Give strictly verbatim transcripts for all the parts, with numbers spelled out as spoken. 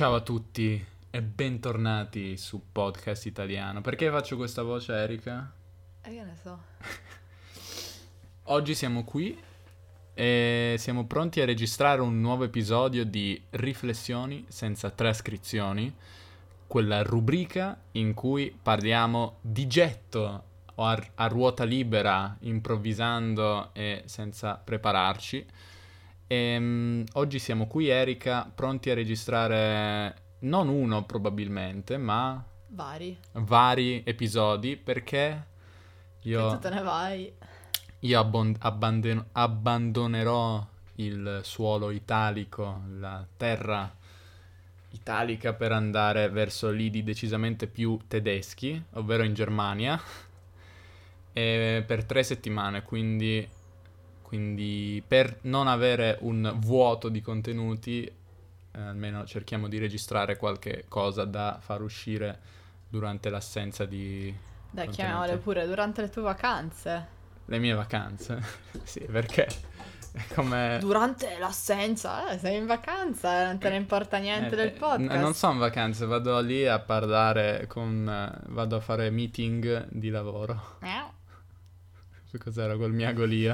Ciao a tutti e bentornati su Podcast Italiano. Perché faccio questa voce, Erika? E che ne so. Oggi siamo qui e siamo pronti a registrare un nuovo episodio di Riflessioni senza trascrizioni, quella rubrica in cui parliamo di getto o a, a ruota libera, improvvisando e senza prepararci. E, um, oggi siamo qui, Erika, pronti a registrare non uno probabilmente, ma Vari. vari episodi perché Che io, tu te ne vai. io abbon- abbandon- abbandonerò il suolo italico, la terra italica per andare verso lidi decisamente più tedeschi, ovvero in Germania, e per tre settimane, quindi, quindi per non avere un vuoto di contenuti, eh, almeno cerchiamo di registrare qualche cosa da far uscire durante l'assenza di Dai, contenuti. chiamiamole pure durante le tue vacanze. Le mie vacanze, sì, perché è come... Durante l'assenza, eh, sei in vacanza, non te ne importa niente Eh, del eh, podcast. n- non sono vacanze, vado lì a parlare con... eh, vado a fare meeting di lavoro. Miau. Cos'era quel miagolia?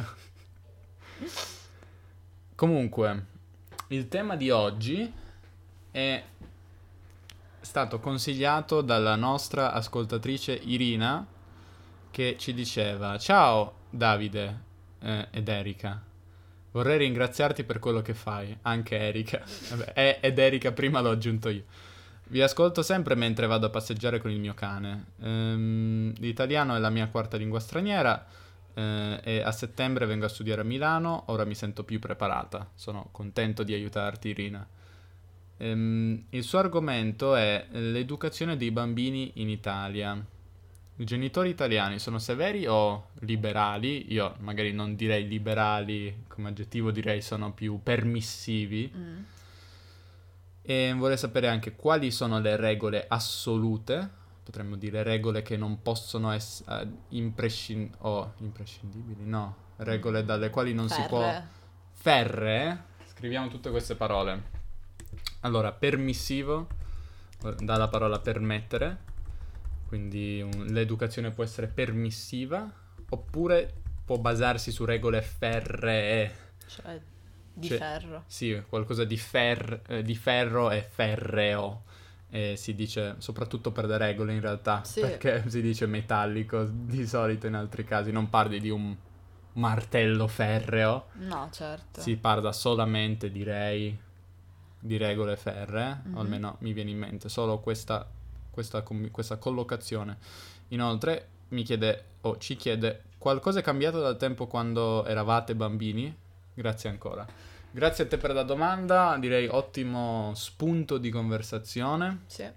Comunque, il tema di oggi è stato consigliato dalla nostra ascoltatrice Irina, che ci diceva: ciao Davide eh, ed Erika, vorrei ringraziarti per quello che fai, anche Erika. Vabbè, e- ed Erika prima l'ho aggiunto io. Vi ascolto sempre mentre vado a passeggiare con il mio cane. Ehm, l'italiano è la mia quarta lingua straniera eh, e a settembre vengo a studiare a Milano, ora mi sento più preparata. Sono contento di aiutarti, Irina. Ehm, il suo argomento è l'educazione dei bambini in Italia. I genitori italiani sono severi o liberali? Io magari non direi liberali come aggettivo, direi sono più permissivi. Mm. E vorrei sapere anche quali sono le regole assolute, potremmo dire regole che non possono essere imprescin- oh, imprescindibili, no, regole dalle quali non si può... Ferre. Ferree, scriviamo tutte queste parole. Allora, permissivo, dalla parola permettere, quindi un- l'educazione può essere permissiva, oppure può basarsi su regole ferree. Cioè, di Cioè, ferro. Sì, qualcosa di, fer- eh, di ferro e ferreo. E si dice soprattutto per le regole in realtà, Sì. perché si dice metallico di solito in altri casi, non parli di un martello ferreo, No, certo. si parla solamente, direi, di regole ferree, o Mhm. almeno mi viene in mente solo questa, questa, com- questa collocazione. Inoltre mi chiede, o ci chiede, qualcosa è cambiato dal tempo quando eravate bambini? Grazie ancora. Grazie a te per la domanda, direi ottimo spunto di conversazione. Sì.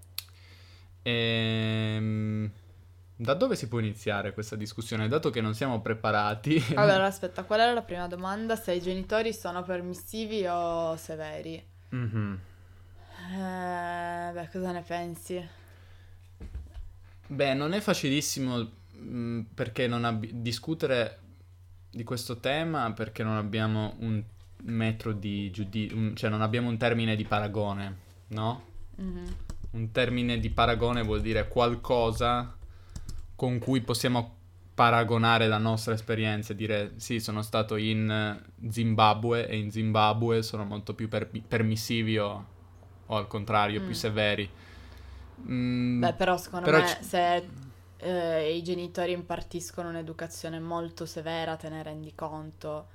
Ehm, da dove si può iniziare questa discussione? Dato che non siamo preparati. Allora, aspetta, qual era la prima domanda? Se i genitori sono permissivi o severi? Mhm. Eh, beh, cosa ne pensi? Beh, non è facilissimo mh, perché non abbi- discutere di questo tema perché non abbiamo un metro di giudizio, cioè non abbiamo un termine di paragone, no? Mhm. Un termine di paragone vuol dire qualcosa con cui possiamo paragonare la nostra esperienza, dire sì, sono stato in eh, Zimbabwe e in Zimbabwe sono molto più per- permissivi o, o al contrario Mm. più severi. Mm, Beh, però secondo però me ci- se eh, i genitori impartiscono un'educazione molto severa, te ne rendi conto.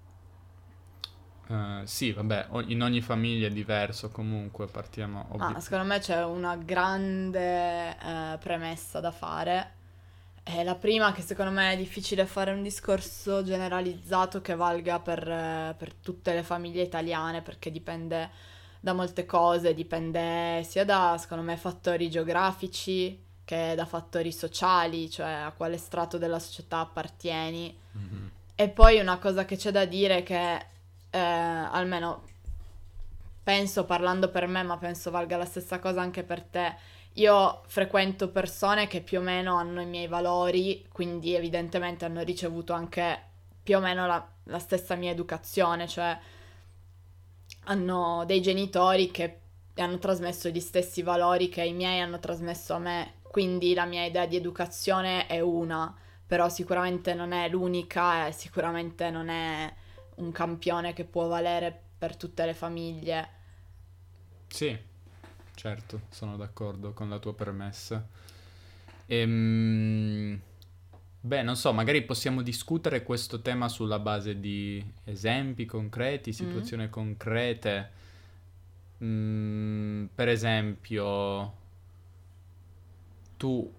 eh, sì, vabbè, o- in ogni famiglia è diverso comunque, partiamo ovvi- Ma secondo me c'è una grande eh, premessa da fare. E la prima, che secondo me è difficile fare un discorso generalizzato che valga per, eh, per tutte le famiglie italiane, perché dipende da molte cose, dipende sia da, secondo me, fattori geografici che da fattori sociali, cioè a quale strato della società appartieni. Mhm. E poi una cosa che c'è da dire che, eh, almeno penso, parlando per me, ma penso valga la stessa cosa anche per te, io frequento persone che più o meno hanno i miei valori, quindi evidentemente hanno ricevuto anche più o meno la, la stessa mia educazione, cioè hanno dei genitori che e hanno trasmesso gli stessi valori che i miei hanno trasmesso a me, quindi la mia idea di educazione è una, però sicuramente non è l'unica e sicuramente non è un campione che può valere per tutte le famiglie. Sì, certo, sono d'accordo con la tua premessa. Ehm, beh, non so, magari possiamo discutere questo tema sulla base di esempi concreti, situazioni concrete. Mm, per esempio, tu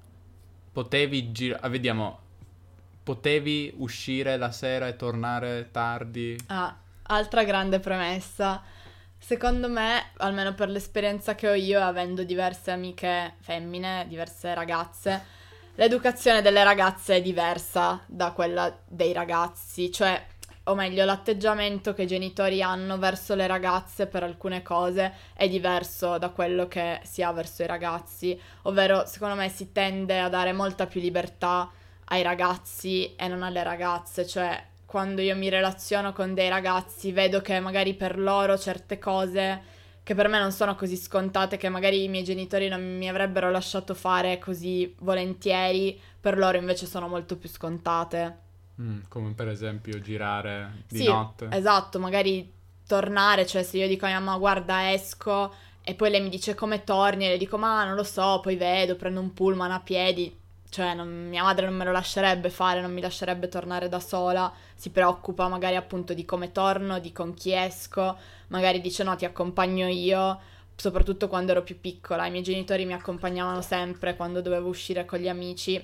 potevi girare, vediamo, potevi uscire la sera e tornare tardi? Ah, altra grande premessa. Secondo me, almeno per l'esperienza che ho io, avendo diverse amiche femmine, diverse ragazze, l'educazione delle ragazze è diversa da quella dei ragazzi, cioè, o meglio, l'atteggiamento che i genitori hanno verso le ragazze per alcune cose è diverso da quello che si ha verso i ragazzi, ovvero, secondo me, si tende a dare molta più libertà ai ragazzi e non alle ragazze, cioè quando io mi relaziono con dei ragazzi vedo che magari per loro certe cose che per me non sono così scontate, che magari i miei genitori non mi avrebbero lasciato fare così volentieri, per loro invece sono molto più scontate. Mm, come per esempio girare di Sì, notte. esatto, magari tornare, cioè se io dico a mia mamma guarda esco e poi lei mi dice come torni e le dico ma non lo so, poi vedo, prendo un pullman a piedi. Cioè, non- mia madre non me lo lascerebbe fare, non mi lascerebbe tornare da sola, si preoccupa magari appunto di come torno, di con chi esco, magari dice no, ti accompagno io, soprattutto quando ero più piccola. I miei genitori mi accompagnavano sempre quando dovevo uscire con gli amici,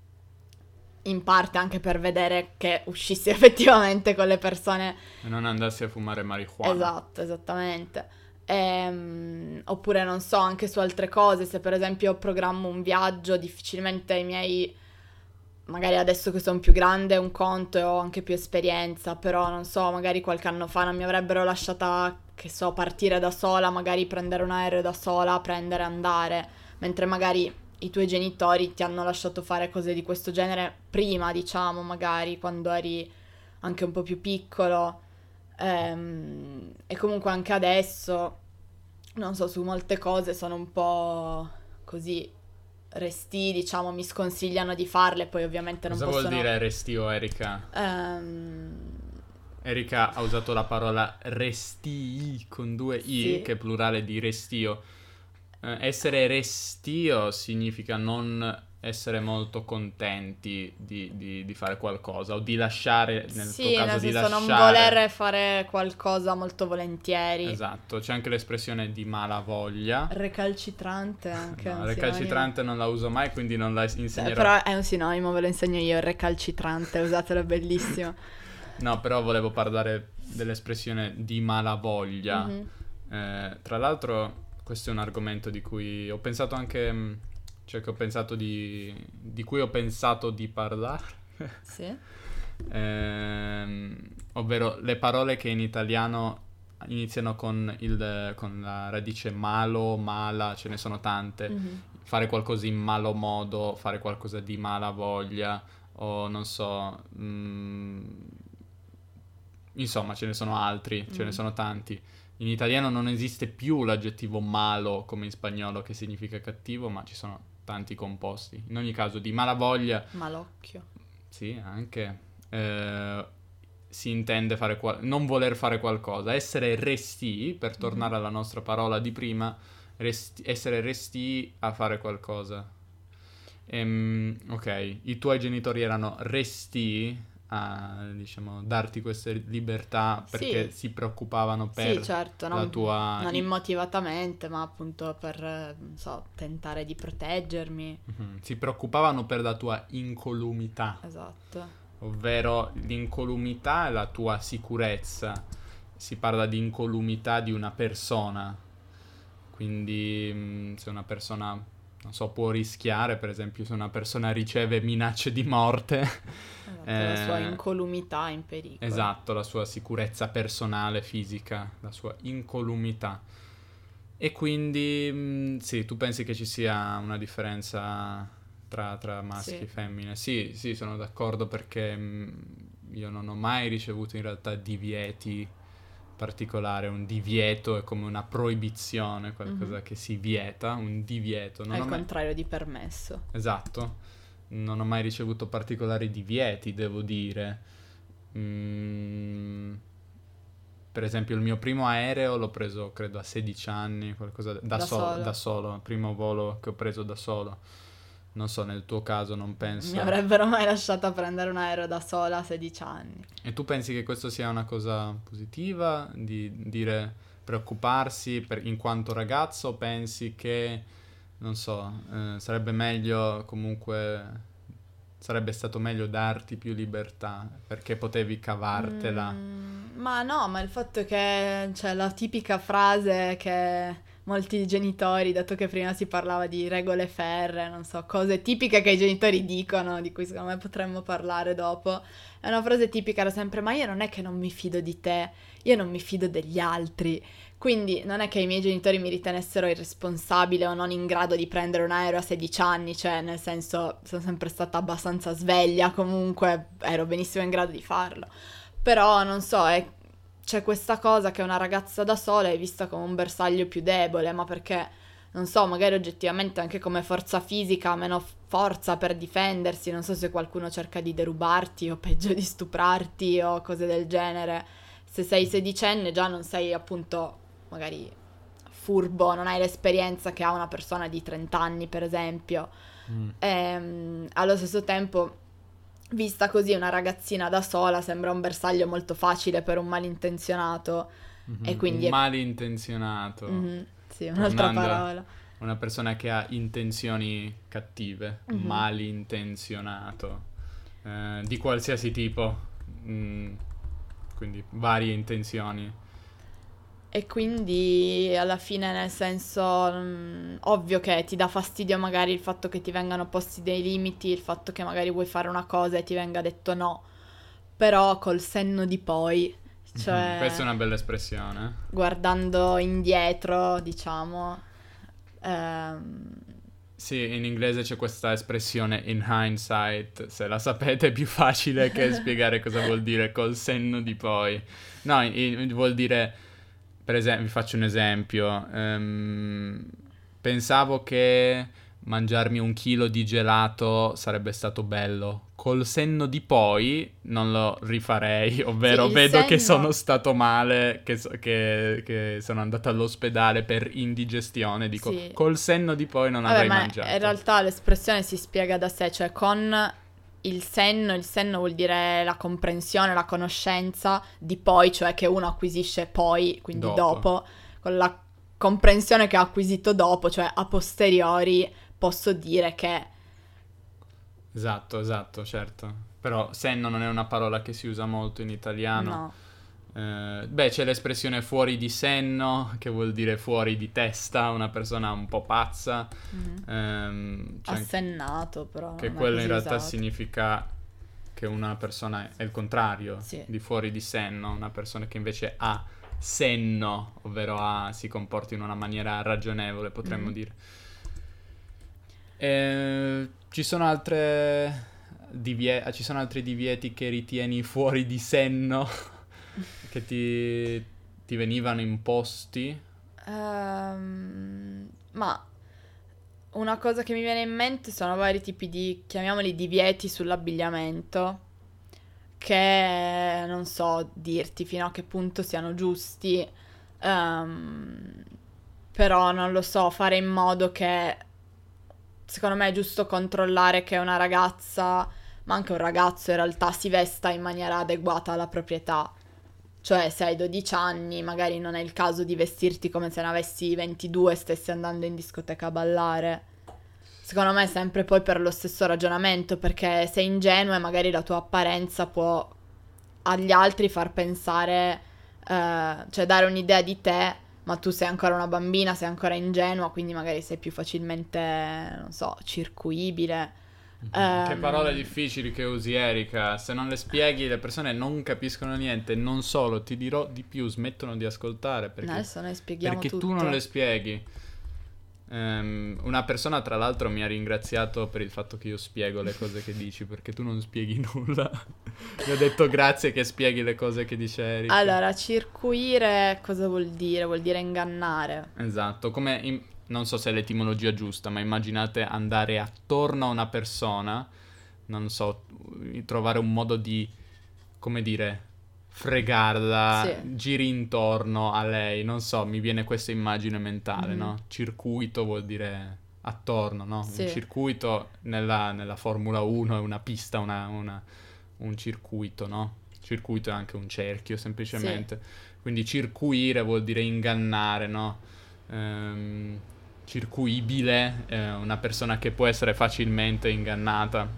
in parte anche per vedere che uscissi effettivamente con le persone. E non andassi a fumare marijuana. Esatto, esattamente. Ehm, oppure non so, anche su altre cose, se per esempio programmo un viaggio, difficilmente i miei, magari adesso che sono più grande, un conto e ho anche più esperienza, però non so, magari qualche anno fa non mi avrebbero lasciata, che so, partire da sola, magari prendere un aereo da sola, prendere e andare, mentre magari i tuoi genitori ti hanno lasciato fare cose di questo genere prima, diciamo, magari quando eri anche un po' più piccolo. Ehm, e comunque anche adesso, non so, su molte cose sono un po' così restii, diciamo, mi sconsigliano di farle, poi ovviamente non Cosa possono... vuol dire restio, Erika? Ehm, Erika ha usato la parola restii con due i, Sì. che è plurale di restio. Eh, essere restio significa non essere molto contenti di, di- di fare qualcosa o di lasciare, nel sì, tuo caso nel di senso non lasciare. voler fare qualcosa molto volentieri. Esatto, c'è anche l'espressione di malavoglia. Recalcitrante anche. No, un recalcitrante non la uso mai, quindi non la sinonimo. insegnerò. Però è un sinonimo, ve lo insegno io, recalcitrante, usatelo, è bellissimo. No, però volevo parlare dell'espressione di malavoglia. Mhm. Eh, tra l'altro, questo è un argomento di cui ho pensato anche, mh, cioè che ho pensato di, di cui ho pensato di parlare, Sì. Ehm, ovvero le parole che in italiano iniziano con, il, con la radice malo, mala, ce ne sono tante. Mhm. Fare qualcosa in malo modo, fare qualcosa di mala voglia, o non so, mh, insomma ce ne sono altri, ce ne Mm. sono tanti. In italiano non esiste più l'aggettivo malo come in spagnolo che significa cattivo, ma ci sono tanti composti. In ogni caso, di malavoglia, Malocchio. sì, anche eh, si intende fare qual- non voler fare qualcosa, essere restii, per tornare alla nostra parola di prima, resti- essere restii a fare qualcosa. Ehm, ok, i tuoi genitori erano restii a, diciamo, darti queste libertà perché Sì. si preoccupavano per Sì, certo, la non, tua... non i- immotivatamente, ma appunto per, eh, non so, tentare di proteggermi. Mhm, si preoccupavano per la tua incolumità, Esatto. ovvero l'incolumità è la tua sicurezza. Si parla di incolumità di una persona, quindi mh, se una persona, non so, può rischiare, per esempio se una persona riceve minacce di morte, Esatto, la sua eh, incolumità in pericolo. esatto, la sua sicurezza personale, fisica, la sua incolumità. E quindi, mh, sì, tu pensi che ci sia una differenza tra, tra maschi Sì. e femmine? Sì, sì, sono d'accordo perché mh, io non ho mai ricevuto in realtà divieti particolare, un divieto è come una proibizione, qualcosa Mhm. che si vieta, un divieto. Non È ho il mai... contrario di permesso. Esatto, non ho mai ricevuto particolari divieti, devo dire. Mm, per esempio il mio primo aereo l'ho preso credo a sedici anni, qualcosa da, Da solo, solo. da solo, primo volo che ho preso da solo. Non so, nel tuo caso non penso. Mi avrebbero mai lasciata prendere un aereo da sola a sedici anni. E tu pensi che questo sia una cosa positiva, di dire preoccuparsi per- in quanto ragazzo, o pensi che, non so, eh, sarebbe meglio comunque, sarebbe stato meglio darti più libertà perché potevi cavartela? Mm, ma no, ma il fatto è che c'è la tipica frase che molti genitori, dato che prima si parlava di regole ferree, non so, cose tipiche che i genitori dicono, di cui secondo me potremmo parlare dopo, è una frase tipica da sempre, ma io non è che non mi fido di te, io non mi fido degli altri. Quindi non è che i miei genitori mi ritenessero irresponsabile o non in grado di prendere un aereo a sedici anni, cioè nel senso sono sempre stata abbastanza sveglia, comunque ero benissimo in grado di farlo. Però non so, è- c'è questa cosa che una ragazza da sola è vista come un bersaglio più debole, ma perché, non so, magari oggettivamente anche come forza fisica ha meno f- forza per difendersi, non so se qualcuno cerca di derubarti o peggio di stuprarti o cose del genere. Se sei sedicenne già non sei appunto magari furbo, non hai l'esperienza che ha una persona di trenta anni, per esempio. Mm. Ehm, allo stesso tempo, vista così, una ragazzina da sola sembra un bersaglio molto facile per un malintenzionato. Mhm. E quindi Un è- malintenzionato. Mhm, sì, un'altra Tornando a- parola. Una persona che ha intenzioni cattive, Mhm. malintenzionato, eh, di qualsiasi tipo, mm, quindi varie intenzioni. E quindi alla fine, nel senso, mm, ovvio che ti dà fastidio magari il fatto che ti vengano posti dei limiti, il fatto che magari vuoi fare una cosa e ti venga detto no, però col senno di poi, Mhm. cioè Questa è una bella espressione. guardando indietro, diciamo, ehm, Sì, in inglese c'è questa espressione in hindsight, se la sapete è più facile che spiegare cosa vuol dire col senno di poi. No, i- vuol dire, per esempio, vi faccio un esempio, ehm, pensavo che mangiarmi un chilo di gelato sarebbe stato bello. Col senno di poi non lo rifarei, ovvero Sì, il vedo che senno- sono stato male, che, so- che- che sono andato all'ospedale per indigestione, dico, Sì. col senno di poi non Vabbè, avrei ma mangiato. in realtà l'espressione si spiega da sé, cioè con il senno, il senno vuol dire la comprensione, la conoscenza di poi, cioè che uno acquisisce poi, quindi Dopo. dopo, con la comprensione che ha acquisito dopo, cioè a posteriori posso dire che Esatto, esatto, certo. Però senno non è una parola che si usa molto in italiano. no. Eh, beh, c'è l'espressione fuori di senno, che vuol dire fuori di testa, una persona un po' pazza. Mhm. Ehm, c'è anche- Assennato però. che non è quello in così realtà usato. significa che una persona è il contrario Sì. di fuori di senno, una persona che invece ha senno, ovvero ha, si comporta in una maniera ragionevole, potremmo Mhm. dire. Eh, ci sono altre divie- ci sono altri divieti che ritieni fuori di senno che ti, ti venivano imposti? Ehm, ma una cosa che mi viene in mente sono vari tipi di, chiamiamoli divieti sull'abbigliamento, che non so dirti fino a che punto siano giusti, ehm, però non lo so, fare in modo che, secondo me è giusto controllare che una ragazza, ma anche un ragazzo in realtà, si vesta in maniera adeguata alla proprietà. Cioè, se hai dodici anni, magari non è il caso di vestirti come se ne avessi ventidue e stessi andando in discoteca a ballare. Secondo me è sempre poi per lo stesso ragionamento, perché sei ingenuo e magari la tua apparenza può agli altri far pensare, eh, cioè dare un'idea di te, ma tu sei ancora una bambina, sei ancora ingenua, quindi magari sei più facilmente, non so, circuibile. Che Ehm, parole difficili che usi, Erika. Se non le spieghi, le persone non capiscono niente. Non solo, ti dirò di più, smettono di ascoltare perché, Adesso noi spieghiamo perché tutto. tu non le spieghi. Ehm, una persona tra l'altro mi ha ringraziato per il fatto che io spiego le cose che dici, perché tu non spieghi nulla. Mi ha detto grazie che spieghi le cose che dice Eric. Allora, circuire cosa vuol dire? Vuol dire ingannare. Esatto, come in- non so se è l'etimologia giusta, ma immaginate andare attorno a una persona, non so, trovare un modo di, come dire, fregarla, Sì. giri intorno a lei, non so, mi viene questa immagine mentale, Mhm. no? Circuito vuol dire attorno, no? Un Sì. circuito nella, nella Formula uno è una pista, una, una- un circuito, no? Circuito è anche un cerchio, semplicemente. Quindi circuire vuol dire ingannare, no? Ehm, circuibile è una persona che può essere facilmente ingannata.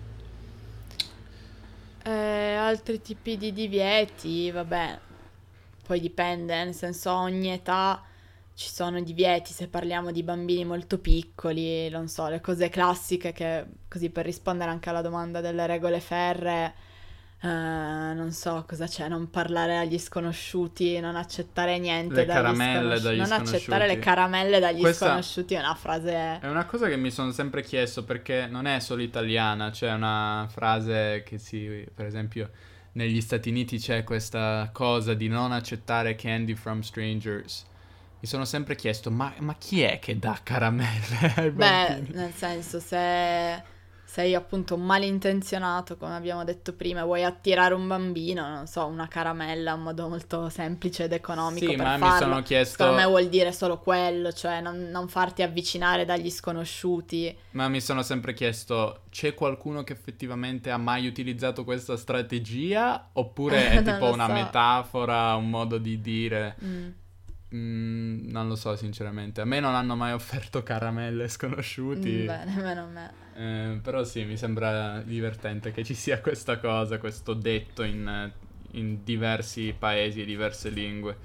Eh, altri tipi di divieti, vabbè, poi dipende, nel senso a ogni età ci sono divieti, se parliamo di bambini molto piccoli, non so, le cose classiche che, così per rispondere anche alla domanda delle regole ferree, eh, non so cosa c'è, non parlare agli sconosciuti, non accettare niente Le dagli caramelle sconosciuti, dagli non accettare le sconosciuti. caramelle dagli Questa sconosciuti è una frase... è una cosa che mi sono sempre chiesto perché non è solo italiana, c'è una frase che si, per esempio, negli Stati Uniti c'è questa cosa di non accettare candy from strangers. Mi sono sempre chiesto, ma, ma chi è che dà caramelle ai Beh, bambini? nel senso, se sei appunto malintenzionato, come abbiamo detto prima, vuoi attirare un bambino, non so, una caramella, un modo molto semplice ed economico Sì, per ma mi farlo. sono chiesto, Secondo me vuol dire solo quello, cioè non, non farti avvicinare dagli sconosciuti. ma mi sono sempre chiesto, c'è qualcuno che effettivamente ha mai utilizzato questa strategia? Oppure è Non tipo lo una so. metafora, un modo di dire? Mm. Mm, non lo so, sinceramente. A me non hanno mai offerto caramelle sconosciuti. Mm, Beh, nemmeno a me. Eh, però sì, mi sembra divertente che ci sia questa cosa, questo detto in, eh, in diversi paesi e diverse lingue.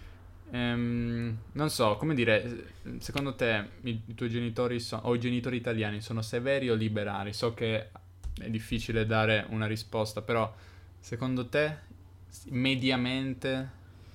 Ehm, non so, come dire, secondo te i, i tuoi genitori so- o i genitori italiani sono severi o liberali? So che è difficile dare una risposta, però secondo te s- mediamente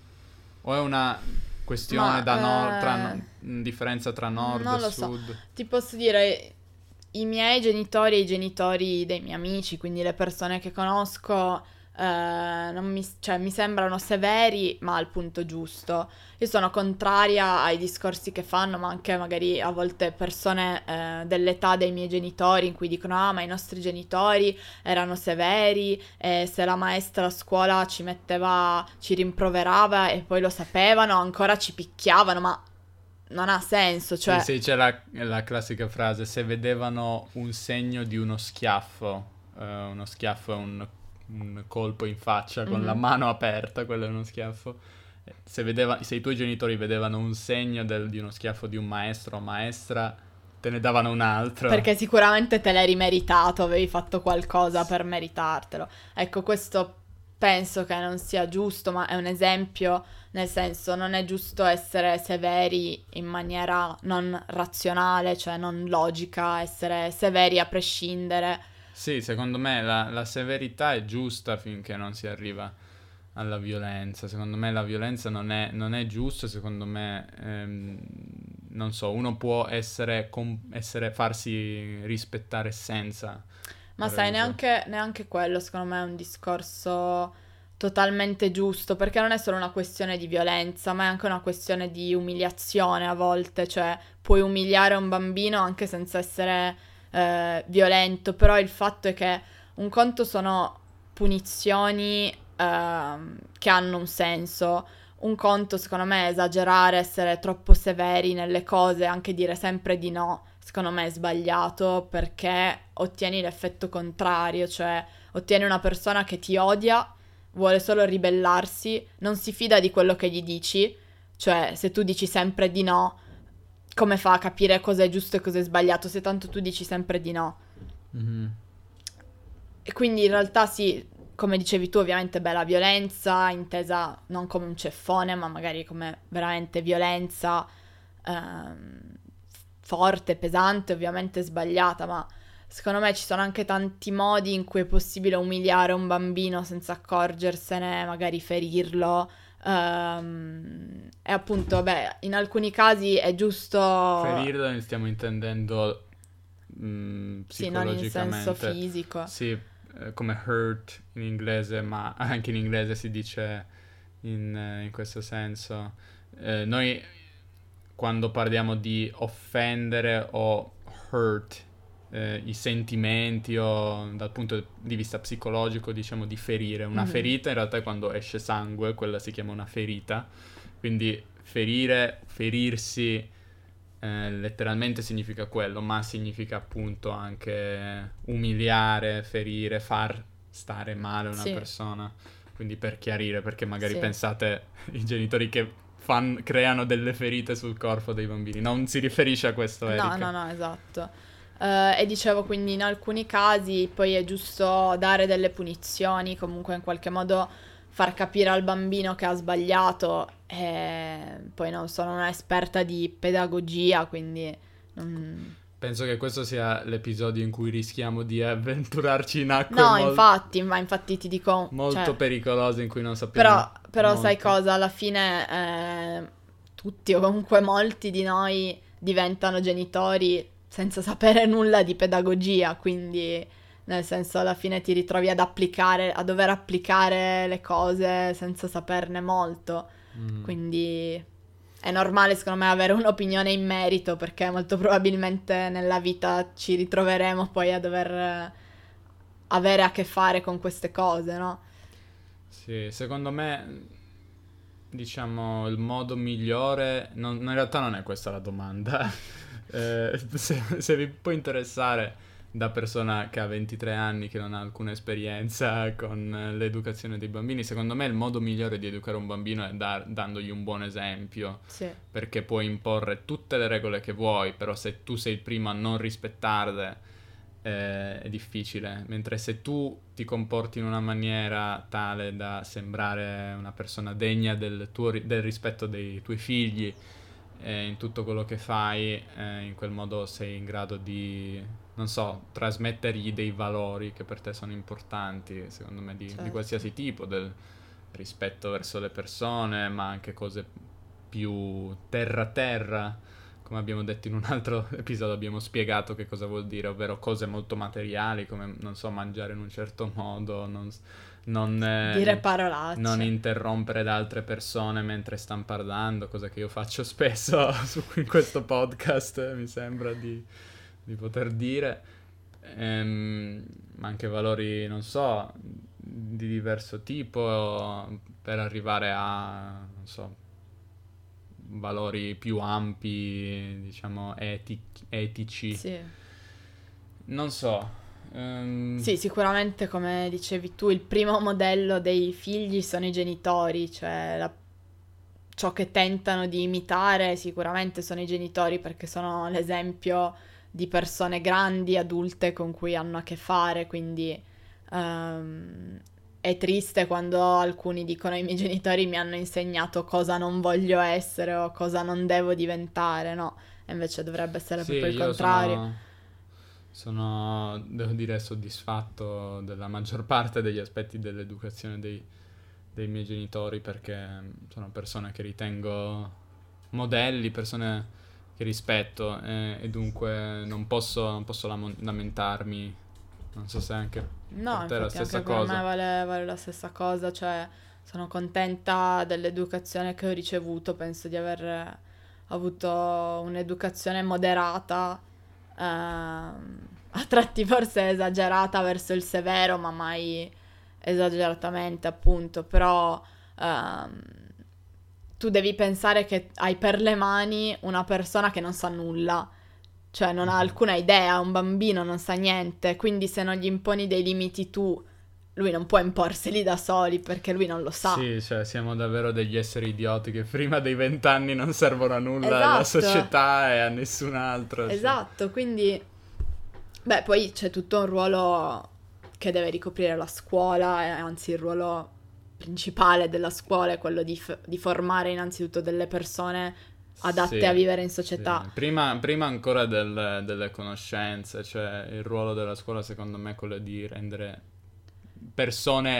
o è una questione Ma da nord, tra, eh, no- differenza tra nord e non lo so. sud? Ti posso dire, i miei genitori e i genitori dei miei amici, quindi le persone che conosco, eh, non mi, cioè, mi sembrano severi, ma al punto giusto. Io sono contraria ai discorsi che fanno, ma anche magari a volte persone eh, dell'età dei miei genitori in cui dicono: ah, ma i nostri genitori erano severi, e se la maestra a scuola ci metteva, ci rimproverava e poi lo sapevano, ancora ci picchiavano, ma non ha senso, Sì, cioè... sì, c'è la, la classica frase, se vedevano un segno di uno schiaffo, eh, uno schiaffo è un, un colpo in faccia con la Mhm. mano aperta, quello è uno schiaffo. Eh, Se, vedeva, se i tuoi genitori vedevano un segno del- di uno schiaffo di un maestro o maestra, te ne davano un altro. Perché sicuramente te l'eri meritato, avevi fatto qualcosa per meritartelo. Ecco, questo penso che non sia giusto, ma è un esempio, nel senso, non è giusto essere severi in maniera non razionale, cioè non logica, essere severi a prescindere. Sì, secondo me la, la severità è giusta finché non si arriva alla violenza. Secondo me la violenza non è, non è giusta, secondo me, ehm, non so, uno può essere, com- essere, farsi rispettare senza Ma fare sai, uso. neanche, neanche quello secondo me è un discorso totalmente giusto, perché non è solo una questione di violenza, ma è anche una questione di umiliazione a volte, cioè puoi umiliare un bambino anche senza essere eh, violento, però il fatto è che un conto sono punizioni ehm, che hanno un senso, un conto secondo me è esagerare, essere troppo severi nelle cose, anche dire sempre di no secondo me è sbagliato perché ottieni l'effetto contrario, cioè ottieni una persona che ti odia, vuole solo ribellarsi, non si fida di quello che gli dici, cioè se tu dici sempre di no, come fa a capire cosa è giusto e cosa è sbagliato se tanto tu dici sempre di no? Mhm. E quindi in realtà sì, come dicevi tu, ovviamente beh, la violenza intesa non come un ceffone, ma magari come veramente violenza ehm, forte, pesante, ovviamente sbagliata, ma secondo me ci sono anche tanti modi in cui è possibile umiliare un bambino senza accorgersene, magari ferirlo, Ehm, e appunto, beh, in alcuni casi è giusto... Ferirlo ne stiamo intendendo mh, Sì, non in senso psicologicamente. fisico. Sì, eh, come hurt in inglese, ma anche in inglese si dice in, eh, in questo senso. Eh, noi quando parliamo di offendere o hurt eh, i sentimenti o dal punto di vista psicologico diciamo di ferire. Una Mhm. ferita in realtà è quando esce sangue, quella si chiama una ferita. Quindi ferire, ferirsi eh, letteralmente significa quello, ma significa appunto anche umiliare, ferire, far stare male una Sì, persona. Quindi per chiarire, perché magari sì. pensate i genitori che fan- creano delle ferite sul corpo dei bambini. Non si riferisce a questo, No, Erika. no, no, esatto. Eh, e dicevo quindi in alcuni casi poi è giusto dare delle punizioni, comunque in qualche modo far capire al bambino che ha sbagliato. E poi non sono un'esperta di pedagogia, quindi non- Penso che questo sia l'episodio in cui rischiamo di avventurarci in acque No, mol- infatti, ma infatti ti dico, molto cioè, pericolose in cui non sappiamo però, però sai molto. cosa? Alla fine eh, tutti o comunque molti di noi diventano genitori senza sapere nulla di pedagogia, quindi nel senso alla fine ti ritrovi ad applicare, a dover applicare le cose senza saperne molto, Mm. quindi è normale secondo me avere un'opinione in merito perché molto probabilmente nella vita ci ritroveremo poi a dover eh, avere a che fare con queste cose, no? Sì, secondo me, diciamo, il modo migliore, non- in realtà non è questa la domanda. Eh, se, se vi può interessare da persona che ha ventitré anni, che non ha alcuna esperienza con eh, l'educazione dei bambini, secondo me il modo migliore di educare un bambino è dar- dandogli un buon esempio, Sì, perché puoi imporre tutte le regole che vuoi, però se tu sei il primo a non rispettarle eh, è difficile, mentre se tu ti comporti in una maniera tale da sembrare una persona degna del, tuo, ri- del rispetto dei tuoi figli eh, in tutto quello che fai, eh, in quel modo sei in grado di, non so, trasmettergli dei valori che per te sono importanti, secondo me, di, di certo. qualsiasi tipo, del rispetto verso le persone, ma anche cose più terra-terra, come abbiamo detto in un altro episodio, abbiamo spiegato che cosa vuol dire, ovvero cose molto materiali, come, non so, mangiare in un certo modo, non, non, eh, Dire non parolacce. interrompere da altre persone mentre stanno parlando, cosa che io faccio spesso su, in questo podcast, mi sembra di, di poter dire. Ehm, ma anche valori, non so, di diverso tipo per arrivare a, non so, valori più ampi, diciamo, eti- etici. Sì. Non so. ehm, Sì, sicuramente come dicevi tu, il primo modello dei figli sono i genitori, cioè la- ciò che tentano di imitare sicuramente sono i genitori perché sono l'esempio di persone grandi, adulte con cui hanno a che fare, quindi ehm, è triste quando alcuni dicono i miei genitori mi hanno insegnato cosa non voglio essere o cosa non devo diventare, no? E invece dovrebbe essere Sì, proprio il io contrario. sono, sono, devo dire, soddisfatto della maggior parte degli aspetti dell'educazione dei, dei miei genitori perché sono persone che ritengo modelli, persone che rispetto eh, e dunque non posso, non posso lamo- lamentarmi. Non so se anche per No, te è la infatti stessa anche per me cosa. vale, vale la stessa cosa, cioè sono contenta dell'educazione che ho ricevuto, penso di aver avuto un'educazione moderata, ehm, a tratti forse esagerata verso il severo, ma mai esageratamente appunto, però ehm, tu devi pensare che hai per le mani una persona che non sa nulla. Cioè, non ha Mhm. alcuna idea, un bambino non sa niente, quindi se non gli imponi dei limiti tu, lui non può imporseli da soli perché lui non lo sa. Sì, cioè siamo davvero degli esseri idioti che prima dei vent'anni non servono a nulla alla Esatto, società e a nessun altro. Cioè. esatto, quindi, beh, poi c'è tutto un ruolo che deve ricoprire la scuola, e anzi il ruolo principale della scuola è quello di, f- di formare innanzitutto delle persone adatte a Sì, vivere in sì. società. Prima, prima ancora del- delle conoscenze, cioè il ruolo della scuola secondo me è quello di rendere persone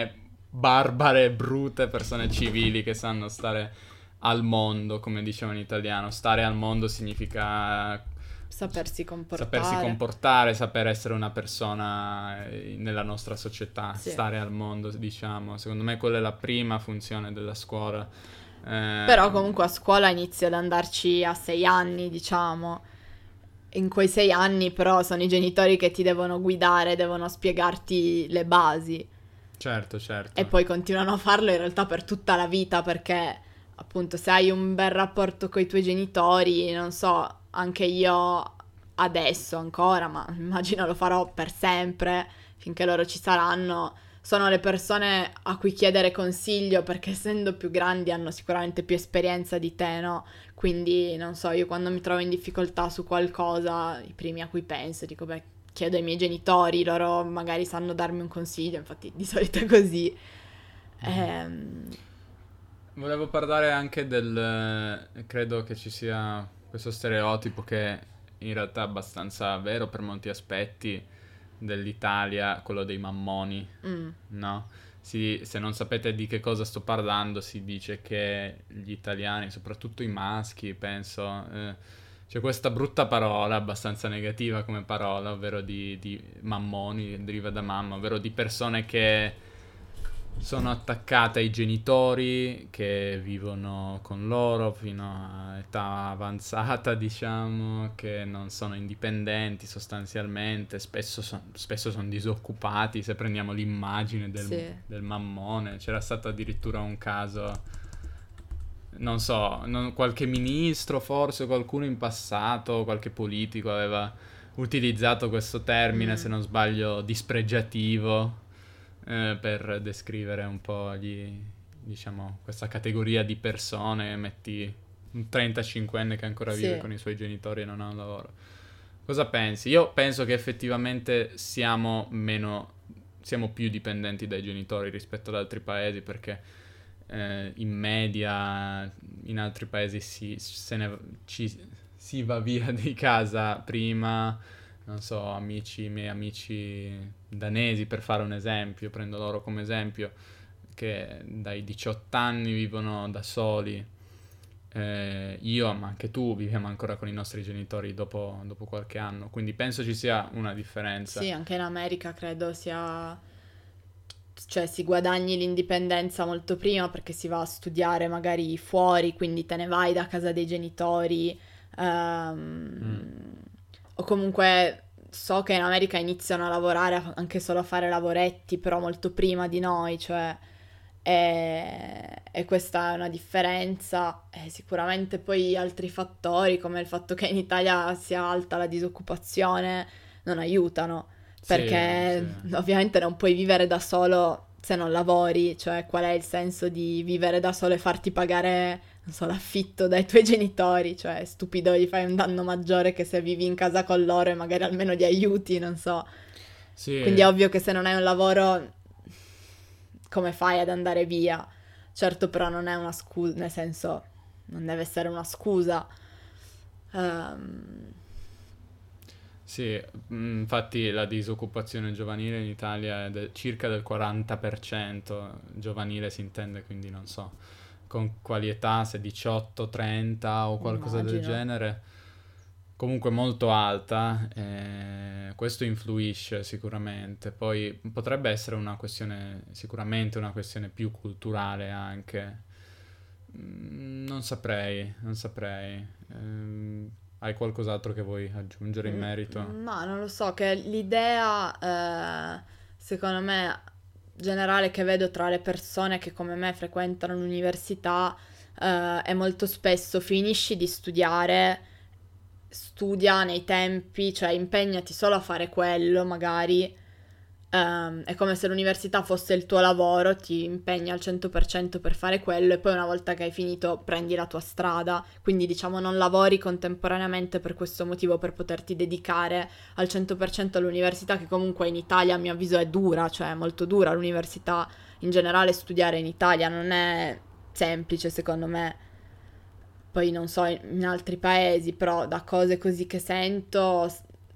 barbare, brute, persone civili che sanno stare al mondo, come diciamo in italiano. Stare al mondo significa Sapersi comportare. sapersi comportare, saper essere una persona eh, nella nostra società, Sì. stare al mondo, diciamo. Secondo me quella è la prima funzione della scuola. Eh, Però comunque a scuola inizio ad andarci a sei anni, diciamo. In quei sei anni però sono i genitori che ti devono guidare, devono spiegarti le basi. Certo, certo. E poi continuano a farlo in realtà per tutta la vita, perché appunto se hai un bel rapporto con i tuoi genitori, non so, anche io adesso ancora, ma immagino lo farò per sempre, finché loro ci saranno, sono le persone a cui chiedere consiglio, perché essendo più grandi hanno sicuramente più esperienza di te, no? Quindi, non so, io quando mi trovo in difficoltà su qualcosa, i primi a cui penso, dico, beh, chiedo ai miei genitori, loro magari sanno darmi un consiglio, infatti di solito è così. Ehm, Volevo parlare anche del... credo che ci sia questo stereotipo che in realtà è abbastanza vero per molti aspetti dell'Italia, quello dei mammoni, mm, no? Si- se non sapete di che cosa sto parlando, si dice che gli italiani, soprattutto i maschi, penso, eh, c'è questa brutta parola, abbastanza negativa come parola, ovvero di, di mammoni, deriva da mamma, ovvero di persone che sono attaccate ai genitori, che vivono con loro fino a età avanzata, diciamo, che non sono indipendenti sostanzialmente, spesso, son- spesso sono disoccupati, se prendiamo l'immagine del, sì. del mammone. C'era stato addirittura un caso, non so, non- qualche ministro forse, qualcuno in passato, qualche politico aveva utilizzato questo termine, Mm. se non sbaglio, dispregiativo, eh, per descrivere un po' gli, diciamo, questa categoria di persone. Metti un trentacinquenne che ancora vive Sì. con i suoi genitori e non ha un lavoro. Cosa pensi? Io penso che effettivamente siamo meno, siamo più dipendenti dai genitori rispetto ad altri paesi, perché eh, in media in altri paesi si, se ne, ci, si va via di casa prima, non so, amici, i miei amici danesi, per fare un esempio, prendo loro come esempio, che dai diciotto anni vivono da soli. Eh, io, ma anche tu, viviamo ancora con i nostri genitori dopo, dopo qualche anno, quindi penso ci sia una differenza. Sì, anche in America credo sia... cioè si guadagni l'indipendenza molto prima perché si va a studiare magari fuori, quindi te ne vai da casa dei genitori, ehm, Mm. o comunque so che in America iniziano a lavorare a- anche solo a fare lavoretti, però molto prima di noi, cioè, e, e questa è una differenza. E sicuramente poi altri fattori come il fatto che in Italia sia alta la disoccupazione non aiutano, Sì, perché sì. ovviamente non puoi vivere da solo se non lavori, cioè qual è il senso di vivere da solo e farti pagare, non so, l'affitto dai tuoi genitori, cioè è stupido, gli fai un danno maggiore che se vivi in casa con loro e magari almeno li aiuti, non so. Quindi è Sì, ovvio che se non hai un lavoro, come fai ad andare via? Certo, però non è una scusa, nel senso, non deve essere una scusa. Ehm, sì, mm, infatti la disoccupazione giovanile in Italia è de- circa del quaranta per cento, giovanile si intende, quindi non so con quali età, se diciotto, trenta o qualcosa del immagino. genere, comunque molto alta. Eh, questo influisce sicuramente. Poi potrebbe essere una questione, sicuramente una questione più culturale anche. Mm, non saprei, non saprei. Ehm, hai qualcos'altro che vuoi aggiungere in merito? Mm, Ma non lo so, che l'idea, eh, secondo me, generale che vedo tra le persone che come me frequentano l'università, eh, è molto spesso finisci di studiare, studia nei tempi, cioè impegnati solo a fare quello, magari. Ehm, è come se l'università fosse il tuo lavoro, ti impegni al cento per cento per fare quello e poi una volta che hai finito prendi la tua strada, quindi diciamo non lavori contemporaneamente per questo motivo, per poterti dedicare al cento per cento all'università, che comunque in Italia a mio avviso è dura, cioè è molto dura l'università in generale, studiare in Italia non è semplice secondo me. Poi non so in in altri paesi, però da cose così che sento, s-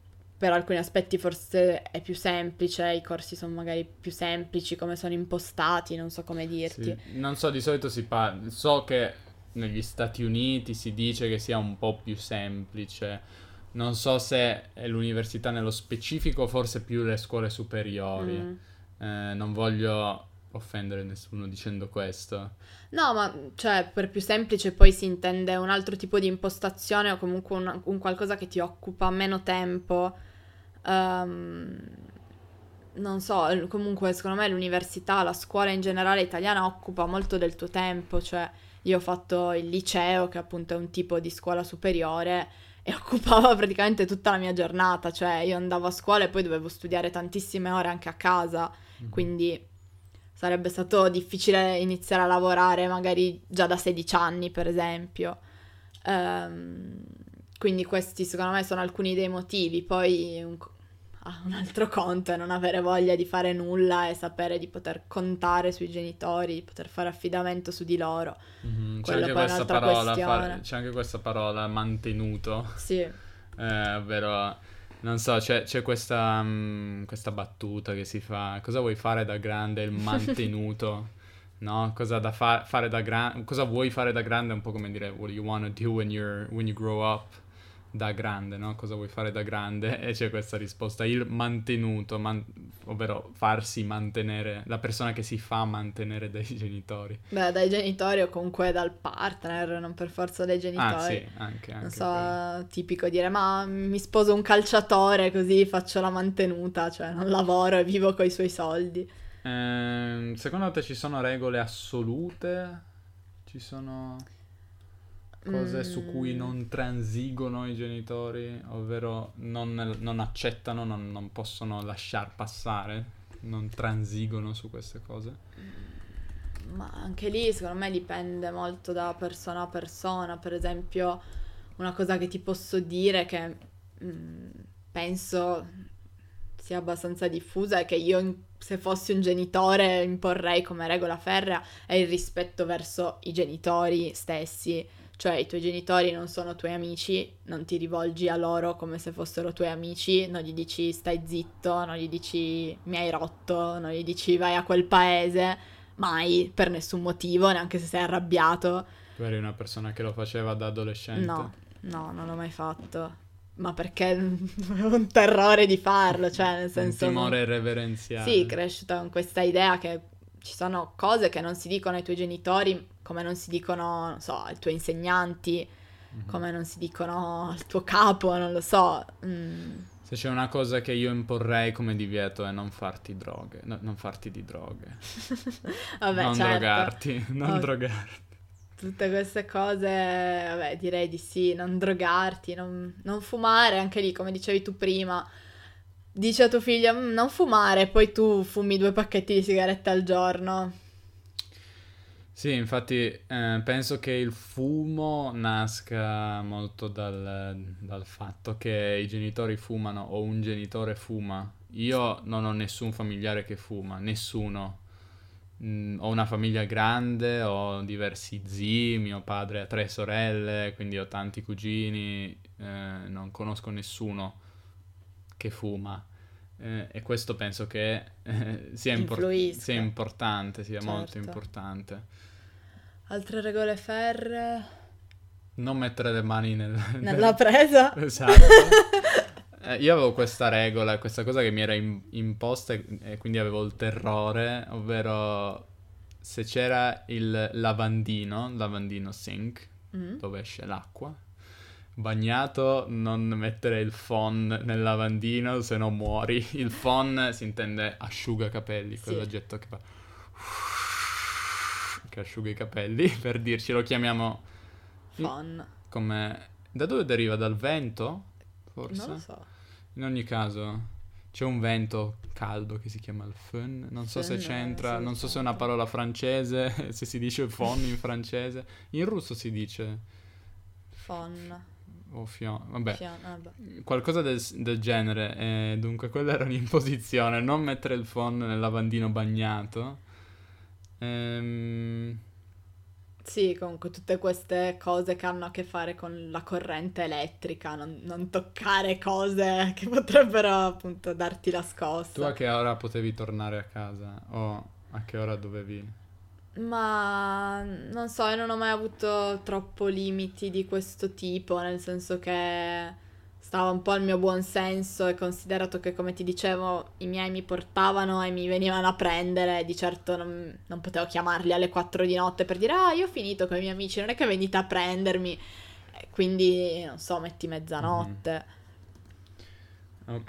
per alcuni aspetti forse è più semplice, i corsi sono magari più semplici, come sono impostati, non so come dirti. Sì. Non so, di solito si parla, so che negli Stati Uniti si dice che sia un po' più semplice, non so se è l'università nello specifico, forse più le scuole superiori. Mm. Eh, non voglio offendere nessuno dicendo questo. No, ma cioè per più semplice poi si intende un altro tipo di impostazione o comunque un, un qualcosa che ti occupa meno tempo. Ehm, non so, l- comunque secondo me l'università, la scuola in generale italiana occupa molto del tuo tempo, cioè io ho fatto il liceo, che appunto è un tipo di scuola superiore, e occupava praticamente tutta la mia giornata, cioè io andavo a scuola e poi dovevo studiare tantissime ore anche a casa, quindi sarebbe stato difficile iniziare a lavorare magari già da sedici anni, per esempio. Ehm, quindi questi secondo me sono alcuni dei motivi. Poi un, co- ah, un altro conto è non avere voglia di fare nulla e sapere di poter contare sui genitori, di poter fare affidamento su di loro. Mhm, C'è Quello anche poi è questa un'altra parola, questione. fare- c'è anche questa parola mantenuto, Sì, eh, ovvero, non so, c'è, c'è questa, mm, questa battuta che si fa, cosa vuoi fare da grande, il mantenuto, no? Cosa, da fa- fare da grande, cosa vuoi fare da grande è un po' come dire, what do you want to do when you're, when you grow up, da grande, no? Cosa vuoi fare da grande? E c'è questa risposta, il mantenuto, man- ovvero farsi mantenere, la persona che si fa mantenere dai genitori. beh, dai genitori o comunque dal partner, non per forza dai Ah, genitori. sì, anche, Non anche quello. so, tipico dire, ma mi sposo un calciatore così faccio la mantenuta, cioè non lavoro e vivo coi suoi soldi. Ehm, secondo te ci sono regole assolute? Ci sono cose su cui Mm, non transigono i genitori, ovvero non, non accettano, non, non possono lasciar passare, non transigono su queste cose? ma anche lì secondo me dipende molto da persona a persona. Per esempio, una cosa che ti posso dire che mm, penso sia abbastanza diffusa è che io, in- se fossi un genitore, imporrei come regola ferrea è il rispetto verso i genitori stessi. Cioè, i tuoi genitori non sono tuoi amici, non ti rivolgi a loro come se fossero tuoi amici, non gli dici stai zitto, non gli dici mi hai rotto, non gli dici vai a quel paese, mai, per nessun motivo, neanche se sei arrabbiato. Tu eri una persona che lo faceva da adolescente? No, no, non l'ho mai fatto. Ma perché avevo un terrore di farlo, cioè nel Un senso... non- timore Sì, reverenziale. cresciuta con questa idea che ci sono cose che non si dicono ai tuoi genitori, come non si dicono, non so, ai tuoi insegnanti, Mhm. come non si dicono al tuo capo, non lo so. Mm. Se c'è una cosa che io imporrei come divieto è non farti droghe, no, non farti di droghe. Vabbè, Non certo. drogarti, non Oh, drogarti. tutte queste cose, vabbè, direi di sì, non drogarti, non, non fumare, anche lì, come dicevi tu prima. Dice a tuo figlio, "Mm, non fumare", poi tu fumi due pacchetti di sigarette al giorno. Sì, infatti eh, penso che il fumo nasca molto dal, dal fatto che i genitori fumano o un genitore fuma. Io non ho nessun familiare che fuma, nessuno. Mm, ho una famiglia grande, ho diversi zii, mio padre ha tre sorelle, quindi ho tanti cugini, eh, non conosco nessuno che fuma. Eh, e questo penso che eh, sia, impor- sia Influisca, importante, sia molto certo. importante. Altre regole ferree Non mettere le mani nel... nella nel- presa? Esatto. Eh, io avevo questa regola, questa cosa che mi era im- imposta e, e quindi avevo il terrore, ovvero se c'era il lavandino, lavandino sink, Mm? dove esce l'acqua, bagnato, non mettere il phon nel lavandino, se no muori. Il phon si intende asciugacapelli, Sì. quell'oggetto che fa... che asciuga i capelli, per dirci, lo chiamiamo Fun. come... Da dove deriva? Dal vento? Forse? Non lo so. In ogni caso, c'è un vento caldo che si chiama il fön. Non so se Fun, c'entra, sì, non so se è una c'entra. parola francese, se si dice fon in francese. In russo si dice Fun. o fion, vabbè, Fian- vabbè. qualcosa del, del genere. E dunque, quella era un'imposizione, non mettere il phon nel lavandino bagnato. Ehm, Sì, comunque tutte queste cose che hanno a che fare con la corrente elettrica, non, non toccare cose che potrebbero appunto darti la Tu a scossa. che ora potevi tornare a casa o a che ora dovevi? Ma non so, io non ho mai avuto troppo limiti di questo tipo, nel senso che stava un po' al mio buon senso e considerato che, come ti dicevo, i miei mi portavano e mi venivano a prendere, di certo non, non potevo chiamarli alle quattro di notte per dire ah, io ho finito con i miei amici, non è che venite a prendermi, e quindi, non so, metti Mhm. mezzanotte. Ok,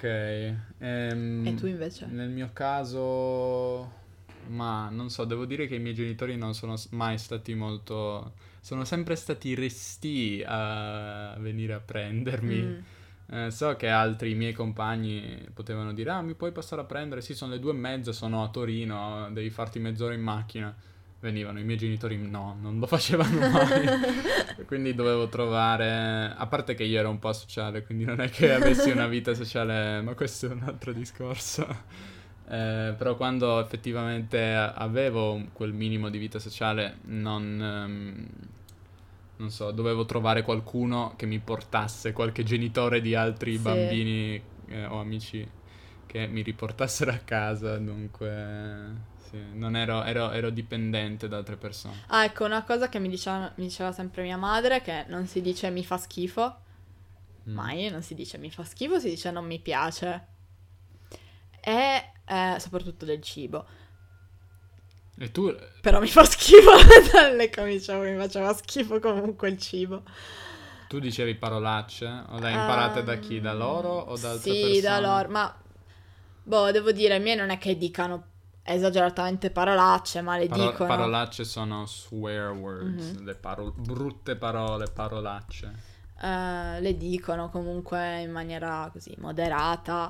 E tu ehm, invece? nel mio caso, ma non so, devo dire che i miei genitori non sono s- mai stati molto, sono sempre stati restii a venire a prendermi. Mm, Eh, so che altri miei compagni potevano dire, ah, mi puoi passare a prendere? Sì, sono le due e mezza, sono a Torino, devi farti mezz'ora in macchina. Venivano, i miei genitori no, non lo facevano mai. Quindi dovevo trovare, a parte che io ero un po' asociale, quindi non è che avessi una vita sociale, ma questo è un altro discorso. Eh, però quando effettivamente avevo quel minimo di vita sociale, non, ehm, non so, dovevo trovare qualcuno che mi portasse, qualche genitore di altri sì. bambini eh, o amici che mi riportassero a casa, dunque sì, non ero, ero, ero dipendente da altre persone. Ah, ecco, una cosa che mi diceva, mi diceva sempre mia madre, che non si dice mi fa schifo, Mm. mai non si dice mi fa schifo, si dice non mi piace. E eh, soprattutto del cibo. E tu, Però mi fa schifo dalle come dicevo, mi faceva schifo comunque il cibo. tu dicevi parolacce? O le hai imparate da chi? Da loro Ehm, o da altre sì, da persone? loro, ma boh, devo dire, i miei non è che dicano esageratamente parolacce, ma le Paro- dicono. parolacce sono swear words, Mhm. le paro- brutte parole, parolacce. Eh, le dicono comunque in maniera così moderata.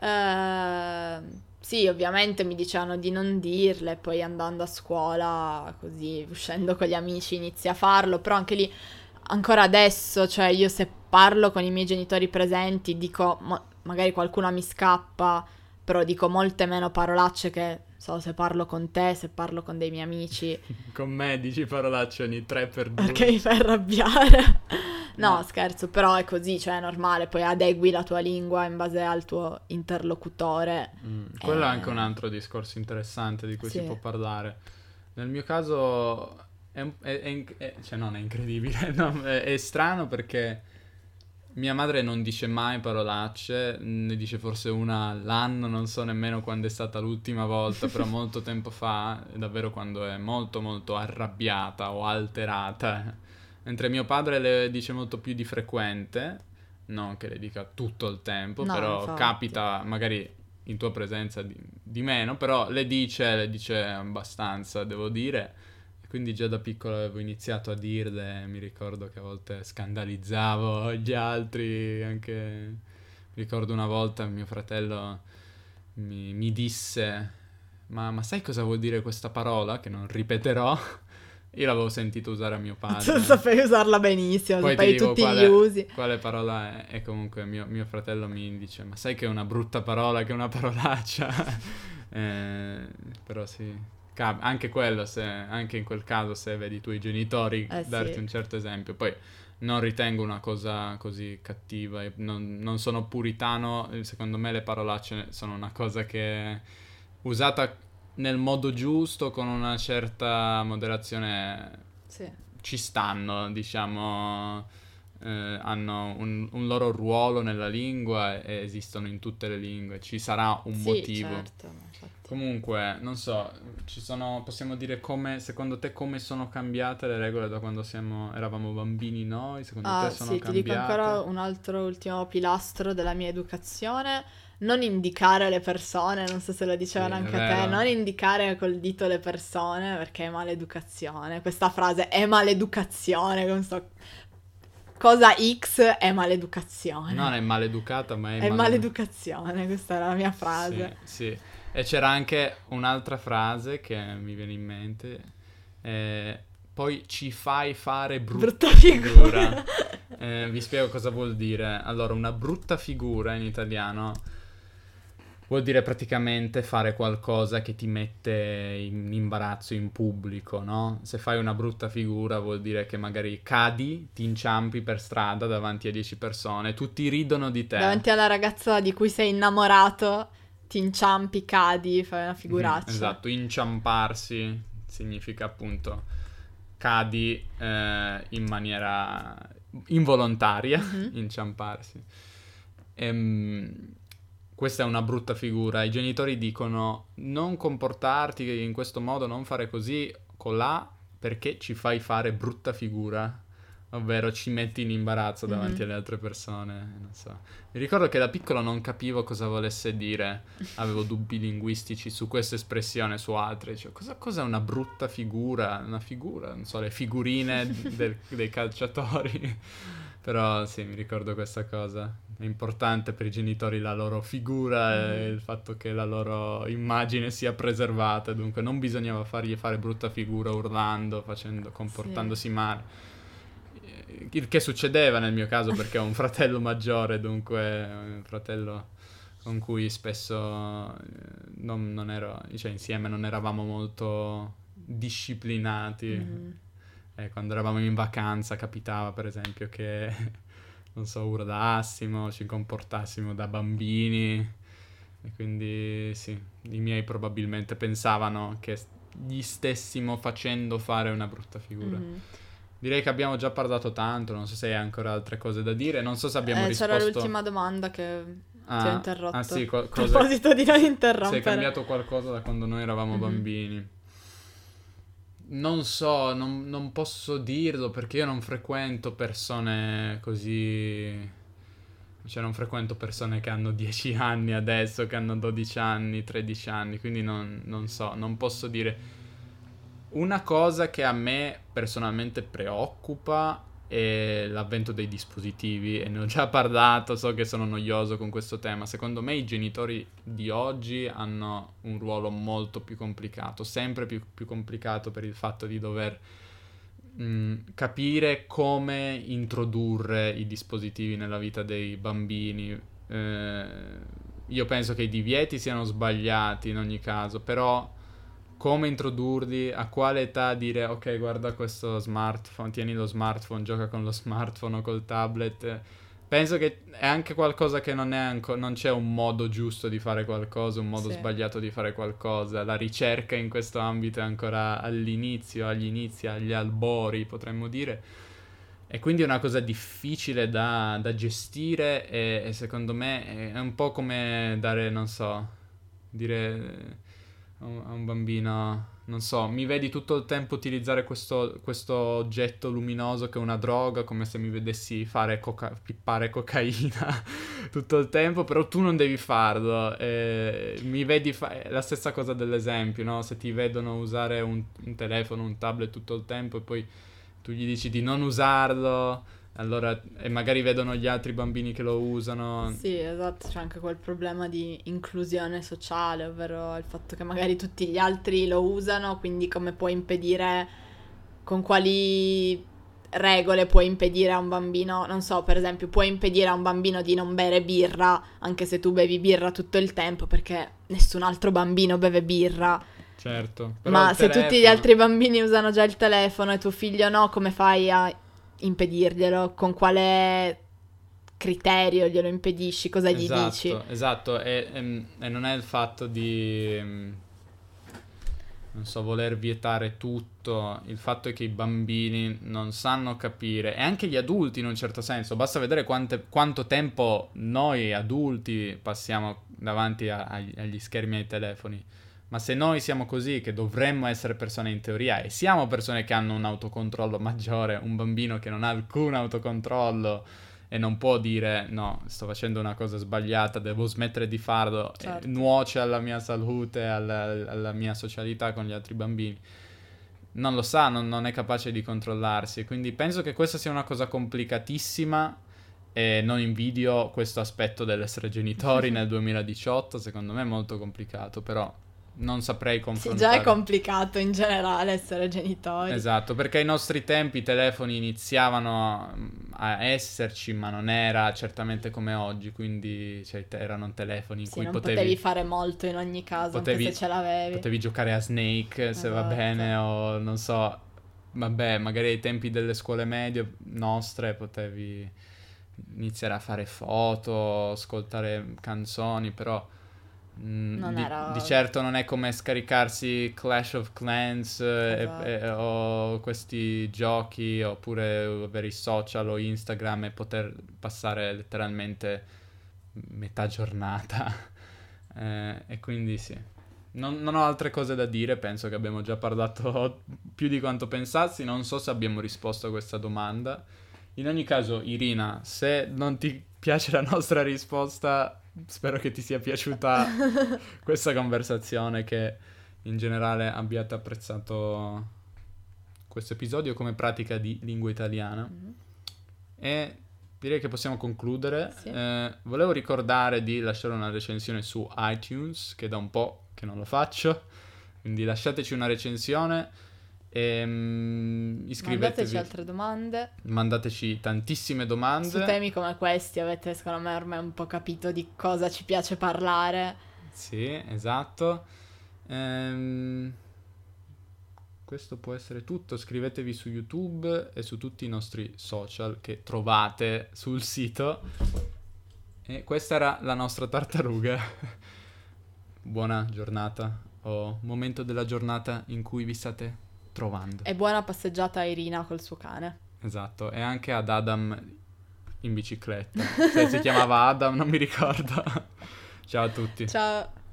Eh, sì, ovviamente mi dicevano di non dirle, poi andando a scuola, così uscendo con gli amici inizi a farlo, però anche lì, ancora adesso, cioè io se parlo con i miei genitori presenti, dico, mo- magari qualcuna mi scappa, però dico molte meno parolacce che, so, se parlo con te, se parlo con dei miei amici. Con me dici parolacce ogni tre per Perché due. mi fai arrabbiare? No, No, scherzo, però è così, cioè è normale, poi adegui la tua lingua in base al tuo interlocutore. mm, quello è anche un Eh, altro discorso interessante di cui si può sì, parlare. Nel mio caso è, un- è- è inc- è- cioè non è incredibile, no, è, è strano perché mia madre non dice mai parolacce, ne dice forse una all'anno, non so nemmeno quando è stata l'ultima volta, però molto tempo fa, davvero quando è molto molto arrabbiata o alterata. Mentre mio padre le dice molto più di frequente, non che le dica tutto il tempo, no, però infatti. capita magari in tua presenza di, di meno, però le dice, le dice abbastanza, devo dire. Quindi già da piccolo avevo iniziato a dirle, mi ricordo che a volte scandalizzavo gli altri, anche mi ricordo una volta mio fratello mi, mi disse, ma, ma sai cosa vuol dire questa parola? Che non ripeterò. Io l'avevo sentito usare a mio Tu padre. sapevi usarla benissimo, Poi ti sapevi dico tutti gli quale, usi. quale parola è, e comunque mio, mio fratello mi dice, ma sai che è una brutta parola, che è una parolaccia? Eh, però sì, cap- anche quello, se, anche in quel caso se vedi i tuoi genitori Eh darti sì, un certo esempio, poi non ritengo una cosa così cattiva, e non, non sono puritano, eh, secondo me le parolacce sono una cosa che usata nel modo giusto, con una certa moderazione, sì. ci stanno, diciamo, eh, hanno un, un loro ruolo nella lingua e esistono in tutte le lingue, ci sarà un Sì, motivo. certo, ma infatti. Comunque, non so, ci sono, possiamo dire come, secondo te come sono cambiate le regole da quando siamo, eravamo bambini noi? Secondo te Ah, sono sì, ti dico ancora cambiate? un altro ultimo pilastro della mia educazione. Non indicare le persone, non so se lo Sì, dicevano è anche a te, vero. non indicare col dito le persone perché è maleducazione. Questa frase è maleducazione, non so, cosa X è Non maleducazione. è maleducata, ma è È male... maleducazione, questa è la mia Sì, frase. sì. E c'era anche un'altra frase che mi viene in mente. eh, poi ci fai fare Brutta brutta figura. figura. Eh, vi spiego cosa vuol dire. Allora, una brutta figura in italiano vuol dire praticamente fare qualcosa che ti mette in imbarazzo in pubblico, no? Se fai una brutta figura vuol dire che magari cadi, ti inciampi per strada davanti a dieci persone, tutti ridono di te. Davanti alla ragazza di cui sei innamorato, ti inciampi, cadi, fai una Mhm, figuraccia. esatto, inciamparsi significa appunto cadi eh, in maniera involontaria, Mhm. inciamparsi. Ehm, questa è una brutta figura. I genitori dicono non comportarti in questo modo, non fare così, colà, perché ci fai fare brutta figura, ovvero ci metti in imbarazzo davanti Mhm. alle altre persone. Non so. Mi ricordo che da piccolo non capivo cosa volesse dire, avevo dubbi linguistici su questa espressione, su altre. Cioè, cosa, cos'è una brutta figura? Una figura, non so, le figurine del- dei calciatori. Però sì, mi ricordo questa cosa. È importante per i genitori la loro figura e Mhm. il fatto che la loro immagine sia preservata. Dunque non bisognava fargli fare brutta figura urlando, facendo, Sì. comportandosi male. Eh, Il che succedeva nel mio caso perché ho un fratello maggiore, dunque un fratello con cui spesso eh, non, non ero, cioè insieme non eravamo molto disciplinati. Mhm. Eh, quando eravamo in vacanza capitava per esempio che, non so, urlassimo, ci comportassimo da bambini e quindi sì, i miei probabilmente pensavano che gli stessimo facendo fare una brutta figura. Mhm. Direi che abbiamo già parlato tanto, non so se hai ancora altre cose da dire, non so se abbiamo Eh, c'era risposto... l'ultima domanda che ti ho Ah, interrotto. ah sì, co- A cosa... proposito di non se è interrompere. cambiato qualcosa da quando noi eravamo Mhm. bambini. Non so, non, non posso dirlo perché io non frequento persone così... Cioè non frequento persone che hanno dieci anni adesso, che hanno dodici anni, tredici anni, quindi non, non so, non posso dire. Una cosa che a me personalmente preoccupa è l'avvento dei dispositivi e ne ho già parlato, so che sono noioso con questo tema. Secondo me i genitori di oggi hanno un ruolo molto più complicato, sempre più, più complicato per il fatto di dover mh, capire come introdurre i dispositivi nella vita dei bambini. Eh, io penso che i divieti siano sbagliati in ogni caso, però come introdurli, a quale età dire ok, guarda questo smartphone, tieni lo smartphone, gioca con lo smartphone o col tablet. Penso che è anche qualcosa che non è anco- non c'è un modo giusto di fare qualcosa, un modo Sì. sbagliato di fare qualcosa. La ricerca in questo ambito è ancora all'inizio, agli inizi, agli albori, potremmo dire. E quindi è una cosa difficile da, da gestire e, e secondo me è un po' come dare, non so, dire a un, a un bambino, non so, mi vedi tutto il tempo utilizzare questo, questo oggetto luminoso che è una droga, come se mi vedessi fare coca- pippare cocaina tutto il tempo, però tu non devi farlo. E mi vedi fa- è la stessa cosa dell'esempio, no? Se ti vedono usare un, un telefono, un tablet tutto il tempo e poi tu gli dici di non usarlo, allora, e magari vedono gli altri bambini che lo usano. Sì, esatto, c'è anche quel problema di inclusione sociale, ovvero il fatto che magari tutti gli altri lo usano, quindi come puoi impedire, con quali regole puoi impedire a un bambino, non so, per esempio, puoi impedire a un bambino di non bere birra, anche se tu bevi birra tutto il tempo, perché nessun altro bambino beve birra. Certo, però Ma il se tutti gli telefono... altri bambini usano già il telefono e tuo figlio no, come fai a impedirglielo? Con quale criterio glielo impedisci? Cosa gli dici? Esatto, esatto, e, e- e non è il fatto di, mm, non so, voler vietare tutto, il fatto è che i bambini non sanno capire, e anche gli adulti in un certo senso, basta vedere quante- quanto tempo noi adulti passiamo davanti a- agli, agli schermi e ai telefoni. Ma se noi siamo così, che dovremmo essere persone in teoria, e siamo persone che hanno un autocontrollo maggiore, un bambino che non ha alcun autocontrollo e non può dire no, sto facendo una cosa sbagliata, devo smettere di farlo, e Certo. nuoce alla mia salute, alla, alla mia socialità con gli altri bambini. Non lo sa, non, non è capace di controllarsi, quindi penso che questa sia una cosa complicatissima e non invidio questo aspetto dell'essere genitori nel duemiladiciotto, secondo me è molto complicato, però non saprei Sì, confrontare. già è complicato in generale essere genitori. Esatto, perché ai nostri tempi i telefoni iniziavano a esserci, ma non era certamente come oggi, quindi cioè, te- erano telefoni in Sì, cui non potevi, potevi fare molto in ogni caso, potevi, anche se ce l'avevi. potevi giocare a Snake, se va Esatto. bene, o non so, vabbè, magari ai tempi delle scuole medie nostre potevi iniziare a fare foto, ascoltare canzoni, però mm, Non di, era- di certo non è come scaricarsi Clash of Clans eh, Esatto. e- e- o questi giochi, oppure avere i social o Instagram e poter passare letteralmente metà giornata. Eh, e quindi sì. Non, non ho altre cose da dire, penso che abbiamo già parlato più di quanto pensassi, non so se abbiamo risposto a questa domanda. In ogni caso, Irina, se non ti piace la nostra risposta, spero che ti sia piaciuta questa conversazione, che in generale abbiate apprezzato questo episodio come pratica di lingua italiana. Mhm. E direi che possiamo concludere. Sì. Eh, volevo ricordare di lasciare una recensione su iTunes, che da un po' che non lo faccio, quindi lasciateci una recensione e mm, iscrivetevi. Mandateci altre domande. Mandateci tantissime Su domande. temi come questi avete secondo me ormai un po' capito di cosa ci piace parlare. Sì, esatto. Ehm, questo può essere tutto. Scrivetevi su YouTube e su tutti i nostri social che trovate sul sito. E questa era la nostra tartaruga. Buona giornata o momento della giornata in cui vi state trovando. E buona passeggiata a Irina col suo cane. Esatto, e anche ad Adam in bicicletta. Se si chiamava Adam, non mi ricordo. Ciao a tutti. Ciao.